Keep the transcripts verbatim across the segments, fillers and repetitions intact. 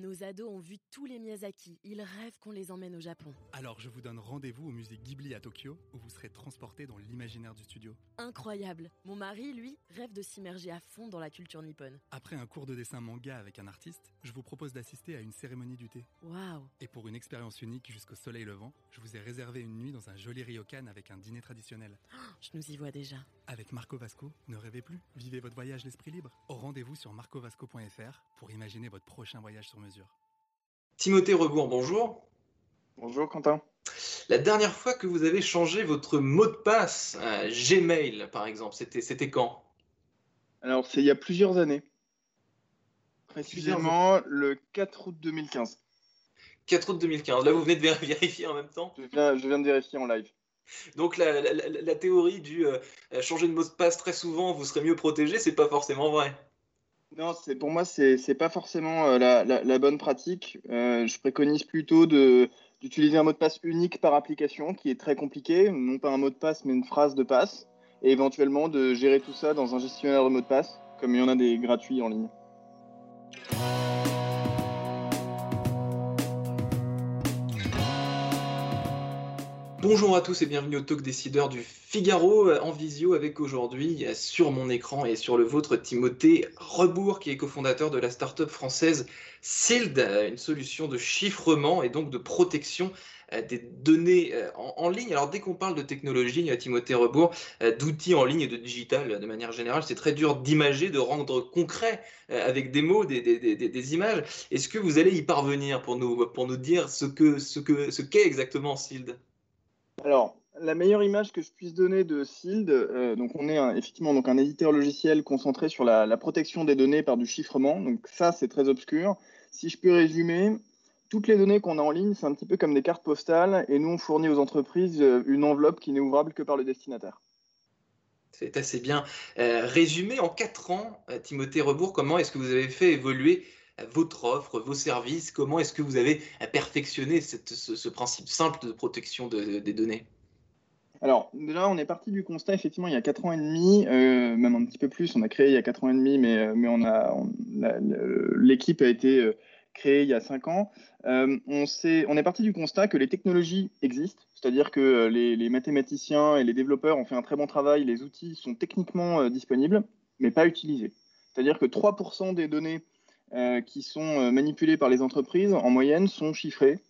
Nos ados ont vu tous les Miyazaki. Ils rêvent qu'on les emmène au Japon. Alors je vous donne rendez-vous au musée Ghibli à Tokyo, où vous serez transportés dans l'imaginaire du studio. Incroyable. Mon mari, lui, rêve de s'immerger à fond dans la culture nippone. Après un cours de dessin manga avec un artiste, je vous propose d'assister à une cérémonie du thé. Waouh. Et pour une expérience unique jusqu'au soleil levant, je vous ai réservé une nuit dans un joli ryokan avec un dîner traditionnel. Oh, je nous y vois déjà. Avec Marco Vasco, ne rêvez plus, vivez votre voyage l'esprit libre. Au rendez-vous sur marco vasco point f r pour imaginer votre prochain voyage sur mesure. Timothée Rebourg, bonjour. Bonjour Quentin. La dernière fois que vous avez changé votre mot de passe, euh, Gmail par exemple, c'était, c'était quand? Alors c'est il y a plusieurs années. Précisément le quatre août deux mille quinze. quatre août deux mille quinze, là vous venez de vérifier en même temps? Je viens, je viens de vérifier en live. Donc la, la, la, la théorie du euh, changer de mot de passe très souvent, vous serez mieux protégé, c'est pas forcément vrai. Non, c'est, pour moi, c'est c'est pas forcément euh, la, la, la bonne pratique. Euh, je préconise plutôt de, d'utiliser un mot de passe unique par application, qui est très compliqué, non pas un mot de passe, mais une phrase de passe, et éventuellement de gérer tout ça dans un gestionnaire de mots de passe, comme il y en a des gratuits en ligne. Bonjour à tous et bienvenue au Talk Décideur du Figaro en visio avec aujourd'hui sur mon écran et sur le vôtre Timothée Rebourg qui est cofondateur de la start-up française Sealed, une solution de chiffrement et donc de protection des données en, en ligne. Alors dès qu'on parle de technologie, Timothée Rebourg, d'outils en ligne et de digital de manière générale, c'est très dur d'imager, de rendre concret avec des mots, des, des, des, des images. Est-ce que vous allez y parvenir pour nous, pour nous dire ce que, ce que, ce qu'est exactement Sealed ? Alors, la meilleure image que je puisse donner de Sealed, euh, donc on est un, effectivement donc un éditeur logiciel concentré sur la, la protection des données par du chiffrement. Donc ça, c'est très obscur. Si je peux résumer, toutes les données qu'on a en ligne, c'est un petit peu comme des cartes postales, et nous, on fournit aux entreprises une enveloppe qui n'est ouvrable que par le destinataire. C'est assez bien euh, résumé. En quatre ans, euh, Timothée Rebourg, comment est-ce que vous avez fait évoluer euh, votre offre, vos services? Comment est-ce que vous avez euh, perfectionné cette, ce, ce principe simple de protection de, de, des données? Alors, déjà, on est parti du constat, effectivement, il y a quatre ans et demi, euh, même un petit peu plus, on a créé il y a quatre ans et demi, mais, mais on a, on, la, l'équipe a été euh, créée il y a cinq ans. Euh, on, s'est, on est parti du constat que les technologies existent, c'est-à-dire que les, les mathématiciens et les développeurs ont fait un très bon travail, les outils sont techniquement euh, disponibles, mais pas utilisés. C'est-à-dire que trois pour cent des données euh, qui sont manipulées par les entreprises, en moyenne, sont chiffrées.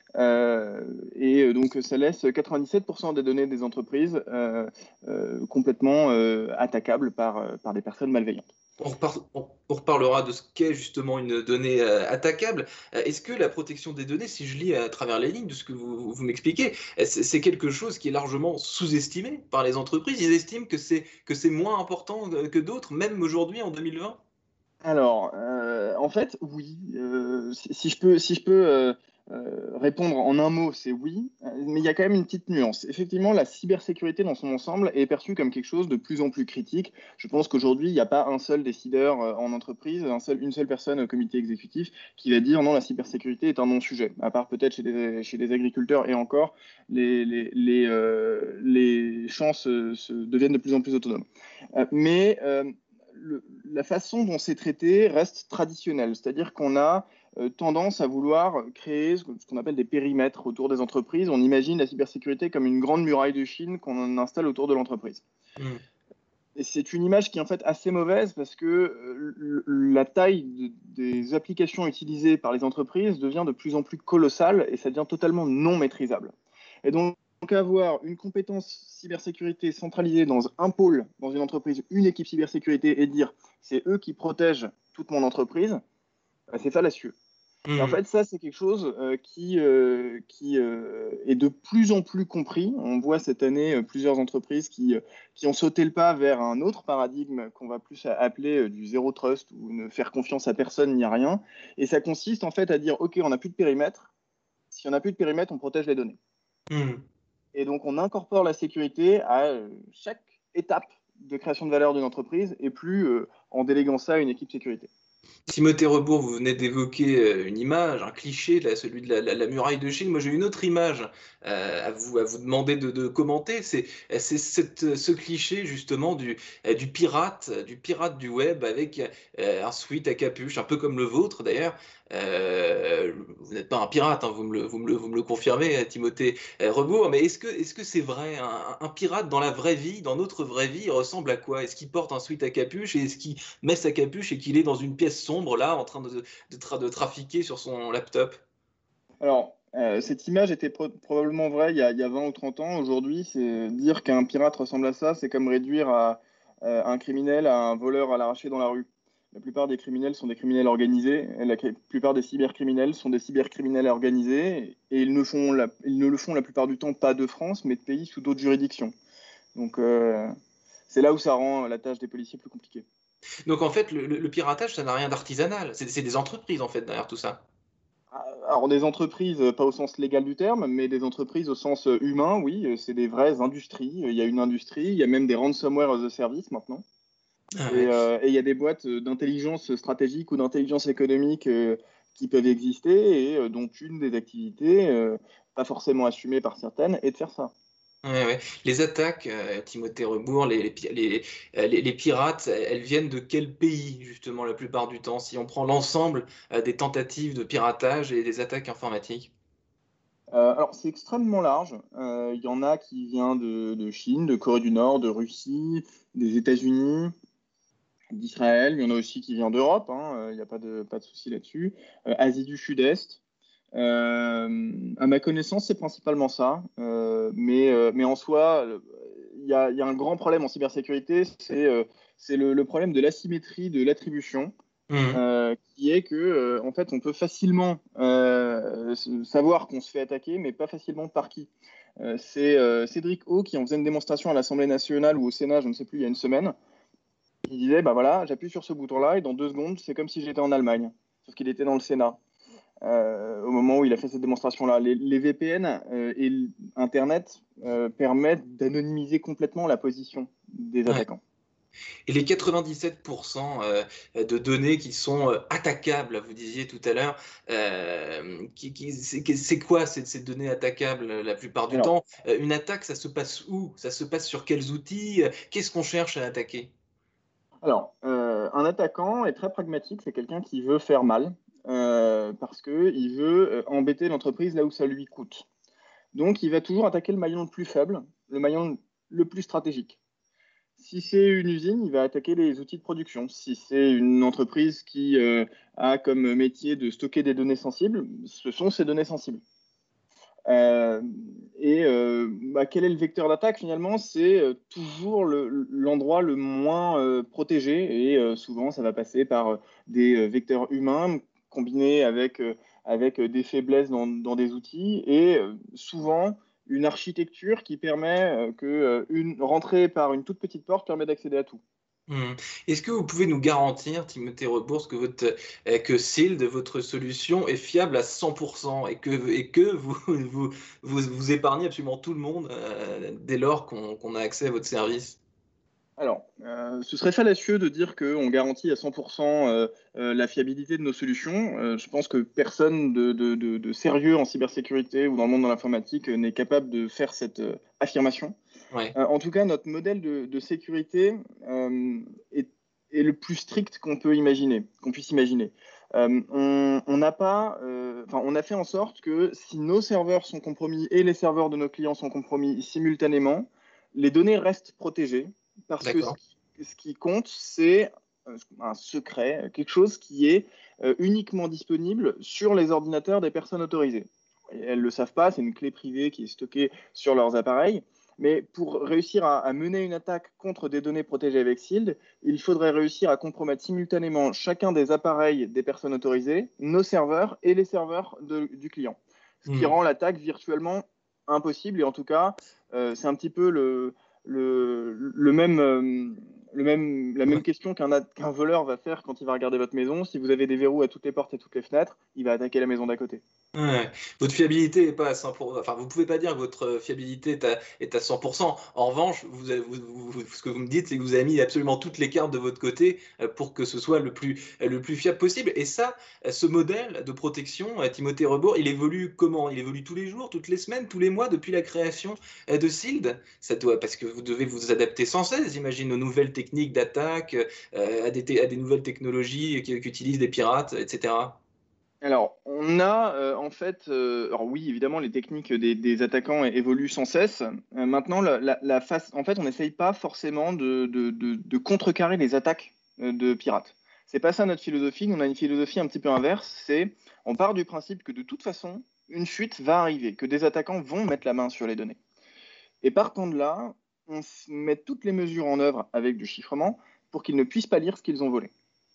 Euh, et donc, ça laisse quatre-vingt-dix-sept pour cent des données des entreprises euh, euh, complètement euh, attaquables par, par des personnes malveillantes. On, repart, on, on reparlera de ce qu'est justement une donnée euh, attaquable. Euh, est-ce que la protection des données, si je lis à travers les lignes de ce que vous, vous m'expliquez, c'est, c'est quelque chose qui est largement sous-estimé par les entreprises? Ils estiment que c'est, que c'est moins important que d'autres, même aujourd'hui en deux mille vingt? Alors, euh, en fait, oui. Euh, si, si je peux, si je peux euh, euh, répondre en un mot, c'est oui. Mais il y a quand même une petite nuance. Effectivement, la cybersécurité dans son ensemble est perçue comme quelque chose de plus en plus critique. Je pense qu'aujourd'hui, il n'y a pas un seul décideur euh, en entreprise, un seul, une seule personne au comité exécutif qui va dire non, la cybersécurité est un non-sujet. À part peut-être chez des, chez des agriculteurs et encore, les, les, les, euh, les champs se, se deviennent de plus en plus autonomes. Euh, mais euh, Le, la façon dont c'est traité reste traditionnelle, c'est-à-dire qu'on a euh, tendance à vouloir créer ce qu'on appelle des périmètres autour des entreprises. On imagine la cybersécurité comme une grande muraille de Chine qu'on installe autour de l'entreprise. Mmh. Et c'est une image qui est en fait assez mauvaise parce que euh, la taille de, des applications utilisées par les entreprises devient de plus en plus colossale et ça devient totalement non maîtrisable. Et donc, Donc, avoir une compétence cybersécurité centralisée dans un pôle, dans une entreprise, une équipe cybersécurité, et dire c'est eux qui protègent toute mon entreprise, c'est fallacieux. Mmh. Et en fait, ça, c'est quelque chose euh, qui, euh, qui euh, est de plus en plus compris. On voit cette année euh, plusieurs entreprises qui, euh, qui ont sauté le pas vers un autre paradigme qu'on va plus appeler euh, du zéro trust, ou ne faire confiance à personne ni à rien. Et ça consiste en fait à dire, OK, on n'a plus de périmètre. Si on n'a plus de périmètre, on protège les données. Mmh. Et donc, on incorpore la sécurité à chaque étape de création de valeur d'une entreprise et plus euh, en déléguant ça à une équipe sécurité. Timothée Rebourg, vous venez d'évoquer une image, un cliché, là, celui de la, la, la muraille de Chine. Moi, j'ai une autre image euh, à, vous, à vous demander de, de commenter. C'est, c'est cette, ce cliché, justement, du, du pirate, du pirate du web avec euh, un sweat à capuche, un peu comme le vôtre, d'ailleurs, Euh, vous n'êtes pas un pirate, hein, vous, me le, vous, me le, vous me le confirmez, Timothée Rebourg, mais est-ce que est-ce que c'est vrai, un, un pirate dans la vraie vie, dans notre vraie vie, il ressemble à quoi? Est-ce qu'il porte un sweat à capuche et est-ce qu'il met sa capuche et qu'il est dans une pièce sombre là, en train de, de, tra de trafiquer sur son laptop? Alors, euh, cette image était pro probablement vraie il y, a, il y a vingt ou trente ans. Aujourd'hui, c'est dire qu'un pirate ressemble à ça, c'est comme réduire à, euh, un criminel à un voleur à l'arraché dans la rue. La plupart des criminels sont des criminels organisés. La plupart des cybercriminels sont des cybercriminels organisés. Et ils ne, font la, ils ne le font la plupart du temps pas de France, mais de pays sous d'autres juridictions. Donc, euh, c'est là où ça rend la tâche des policiers plus compliquée. Donc en fait, le, le, le piratage, ça n'a rien d'artisanal. C'est des entreprises en fait derrière tout ça. Alors des entreprises, pas au sens légal du terme, mais des entreprises au sens humain, oui, c'est des vraies industries. Il y a une industrie, il y a même des ransomware as a service maintenant. Ah ouais. Et euh, il y a des boîtes d'intelligence stratégique ou d'intelligence économique euh, qui peuvent exister et euh, dont une des activités, euh, pas forcément assumée par certaines, est de faire ça. Ouais, ouais. Les attaques, euh, Timothée Rebourg, les, les, les, les, les pirates, elles viennent de quel pays, justement, la plupart du temps, si on prend l'ensemble euh, des tentatives de piratage et des attaques informatiques? Euh, alors, c'est extrêmement large. Euh, il y en a qui viennent de, de Chine, de Corée du Nord, de Russie, des États-Unis, d'Israël. Il y en a aussi qui viennent d'Europe, hein. Il n'y a pas de, pas de souci là-dessus. Euh, Asie du Sud-Est. Euh, à ma connaissance, c'est principalement ça. Euh, mais, euh, mais en soi, il y a, y a un grand problème en cybersécurité, c'est euh, c'est le, le problème de l'asymétrie de l'attribution. Mmh. Euh, qui est que euh, en fait on peut facilement euh, savoir qu'on se fait attaquer, mais pas facilement par qui. Euh, c'est euh, Cédric O qui en faisait une démonstration à l'Assemblée nationale ou au Sénat, je ne sais plus, il y a une semaine. Il disait bah voilà, j'appuie sur ce bouton-là et dans deux secondes c'est comme si j'étais en Allemagne, sauf qu'il était dans le Sénat. Euh, au moment où il a fait cette démonstration-là, les, les V P N euh, et Internet euh, permettent d'anonymiser complètement la position des ouais. attaquants. Et les quatre-vingt-dix-sept pour cent de données qui sont attaquables, vous disiez tout à l'heure, euh, c'est quoi ces, ces données attaquables la plupart du Alors, temps? Une attaque, ça se passe où? Ça se passe sur quels outils? Qu'est-ce qu'on cherche à attaquer? Alors, euh, un attaquant est très pragmatique, c'est quelqu'un qui veut faire mal, euh, parce qu'il veut embêter l'entreprise là où ça lui coûte. Donc, il va toujours attaquer le maillon le plus faible, le maillon le plus stratégique. Si c'est une usine, il va attaquer les outils de production. Si c'est une entreprise qui euh, a comme métier de stocker des données sensibles, ce sont ces données sensibles. Euh, et euh, bah, quel est le vecteur d'attaque finalement? C'est euh, toujours l'endroit le, le moins euh, protégé et euh, souvent ça va passer par euh, des vecteurs humains combinés avec, euh, avec des faiblesses dans, dans des outils et euh, souvent une architecture qui permet que euh, une rentrée par une toute petite porte permet d'accéder à tout. Mmh. Est-ce que vous pouvez nous garantir, Timothée Rebourg, que, votre, que Sealed, votre solution, est fiable à cent pour cent et que, et que vous, vous, vous, vous épargnez absolument tout le monde euh, dès lors qu'on qu'on a accès à votre service? Alors, euh, ce serait fallacieux de dire qu'on garantit à cent pour cent euh, euh, la fiabilité de nos solutions. Euh, je pense que personne de, de, de, de sérieux en cybersécurité ou dans le monde de l'informatique n'est capable de faire cette euh, affirmation. Ouais. Euh, en tout cas, notre modèle de, de sécurité euh, est, est le plus strict qu'on peut imaginer, qu'on puisse imaginer. Euh, on, on n'a pas, euh, enfin, on a fait en sorte que si nos serveurs sont compromis et les serveurs de nos clients sont compromis simultanément, les données restent protégées parce que ce qui, ce qui compte, c'est un secret, quelque chose qui est euh, uniquement disponible sur les ordinateurs des personnes autorisées. Et elles ne le savent pas, c'est une clé privée qui est stockée sur leurs appareils. Mais pour réussir à, à mener une attaque contre des données protégées avec Sealed, il faudrait réussir à compromettre simultanément chacun des appareils des personnes autorisées, nos serveurs et les serveurs de, du client. Ce qui mmh. rend l'attaque virtuellement impossible. Et en tout cas, euh, c'est un petit peu le, le, le même, euh, le même, la même question qu'un qu'un voleur va faire quand il va regarder votre maison. Si vous avez des verrous à toutes les portes et toutes les fenêtres, il va attaquer la maison d'à côté. Ouais. Votre fiabilité n'est pas à cent pour cent. Enfin, vous pouvez pas dire que votre fiabilité est à, est à cent pour cent. En revanche, vous, avez, vous, vous, ce que vous me dites, c'est que vous avez mis absolument toutes les cartes de votre côté pour que ce soit le plus, le plus fiable possible. Et ça, ce modèle de protection, Timothée Rebourg, il évolue comment? Il évolue tous les jours, toutes les semaines, tous les mois depuis la création de Sealed. Ça doit, parce que vous devez vous adapter sans cesse, j'imagine, aux nouvelles techniques d'attaque, à des, à des nouvelles technologies qu'utilisent des pirates, et cetera. Alors, on a euh, en fait, euh, alors oui, évidemment, les techniques des, des attaquants é- évoluent sans cesse. Euh, maintenant, la, la- la face, en fait, on n'essaye pas forcément de, de- de- de contrecarrer les attaques euh, de pirates. C'est pas ça notre philosophie. Nous, on a une philosophie un petit peu inverse. C'est, on part du principe que de toute façon, une fuite va arriver, que des attaquants vont mettre la main sur les données. Et partant de là, on s- met toutes les mesures en œuvre avec du chiffrement pour qu'ils ne puissent pas lire ce qu'ils ont volé.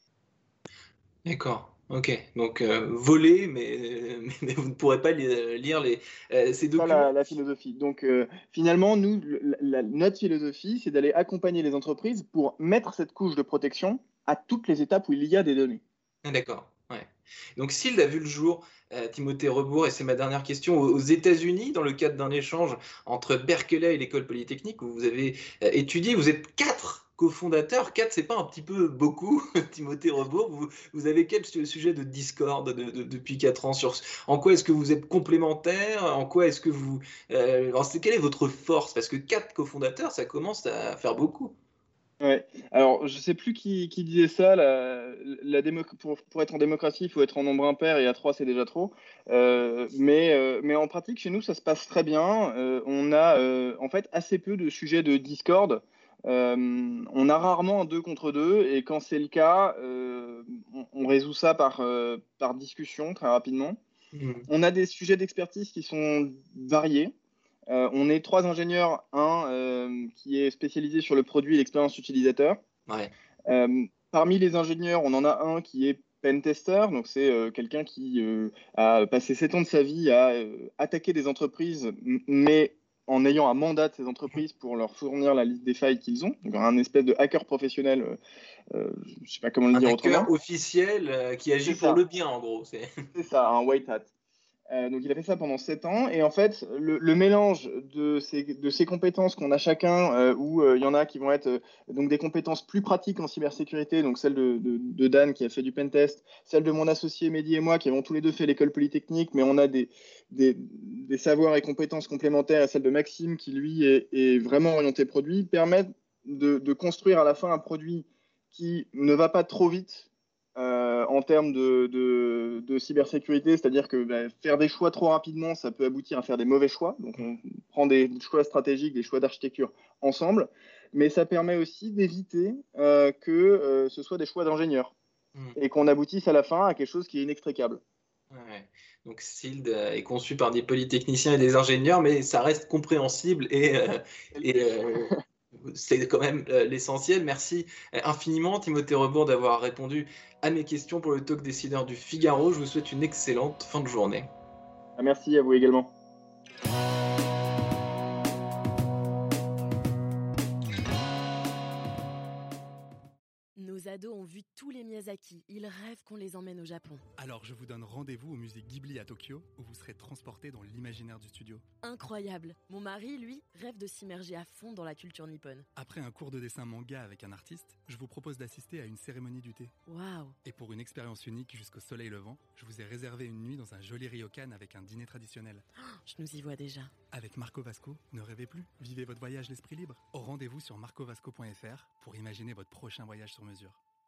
D'accord. Ok. Donc euh, voler, mais, mais, mais vous ne pourrez pas li- lire les, euh, ces C'est ça la, documents. la philosophie. Donc euh, finalement, nous, le- la- notre philosophie, c'est d'aller accompagner les entreprises pour mettre cette couche de protection à toutes les étapes où il y a des données. Ah, d'accord. Ouais. Donc Sild a vu le jour, euh, Timothée Rebourg, et c'est ma dernière question, aux aux États-Unis, dans le cadre d'un échange entre Berkeley et l'École Polytechnique, où vous avez euh, étudié. Vous êtes quatre cofondateurs. Quatre, c'est pas un petit peu beaucoup, Timothée Rebourg. Vous, vous avez quel su- sujet de discorde de- de- depuis quatre ans sur en quoi est-ce que vous êtes complémentaires? En quoi est-ce que vous euh, alors, c'est- quelle est votre force? Parce que quatre cofondateurs, ça commence à faire beaucoup. Ouais. Alors, je sais plus qui, qui disait ça. La, la démo- pour, pour être en démocratie, il faut être en nombre impair et à trois, c'est déjà trop. Euh, mais, euh, mais en pratique, chez nous, ça se passe très bien. Euh, on a euh, en fait assez peu de sujets de discorde. Euh, on a rarement un deux contre deux. Et quand c'est le cas, euh, on, on résout ça par, euh, par discussion très rapidement. Hmm. On a des sujets d'expertise qui sont variés. Euh, on est trois ingénieurs, un euh, qui est spécialisé sur le produit et l'expérience utilisateur. Ouais. Euh, Parmi les ingénieurs, on en a un qui est pen tester, donc c'est euh, quelqu'un qui euh, a passé sept ans de sa vie à euh, attaquer des entreprises, m- mais en ayant un mandat de ces entreprises pour leur fournir la liste des failles qu'ils ont. Donc un espèce de hacker professionnel, euh, euh, je ne sais pas comment le Un dire hacker autrement. officiel euh, qui C'est agit pour le ça, bien, en gros. C'est c'est ça, un white hat. Euh, donc il a fait ça pendant sept ans et en fait le, le mélange de ces, de ces compétences qu'on a chacun, euh, où euh, il y en a qui vont être euh, donc des compétences plus pratiques en cybersécurité, donc celle de, de, de Dan qui a fait du pentest, celle de mon associé Mehdi et moi qui avons tous les deux fait l'école polytechnique, mais on a des, des, des savoirs et compétences complémentaires, et celle de Maxime qui lui est, est vraiment orienté produit, permettent de, de construire à la fin un produit qui ne va pas trop vite euh, en termes de, de, de cybersécurité, c'est-à-dire que bah, faire des choix trop rapidement, ça peut aboutir à faire des mauvais choix. Donc on prend des choix stratégiques, des choix d'architecture ensemble, mais ça permet aussi d'éviter euh, que euh, ce soit des choix d'ingénieurs Hmm. et qu'on aboutisse à la fin à quelque chose qui est inextricable. Ouais. Donc Sild euh, est conçu par des polytechniciens et des ingénieurs, mais ça reste compréhensible et, euh, C'est le et but. euh, c'est quand même euh, l'essentiel. Merci euh, infiniment, Timothée Rebourg, d'avoir répondu à mes questions pour le talk décideur du Figaro. Je vous souhaite une excellente fin de journée. Ah, merci à vous également. Nos ados ont vu tous les Miyazaki. Ils rêvent qu'on les emmène au Japon. Alors je vous donne rendez-vous au musée Ghibli à Tokyo, où vous serez transporté dans l'imaginaire du studio. Incroyable. Mon mari, lui, rêve de s'immerger à fond dans la culture nippone. Après un cours de dessin manga avec un artiste, je vous propose d'assister à une cérémonie du thé. Waouh. Et pour une expérience unique jusqu'au soleil levant, je vous ai réservé une nuit dans un joli ryokan avec un dîner traditionnel. Je nous y vois déjà. Avec Marco Vasco, ne rêvez plus, vivez votre voyage l'esprit libre. Au rendez-vous sur marco vasco point f r pour imaginer votre prochain voyage sur mesure.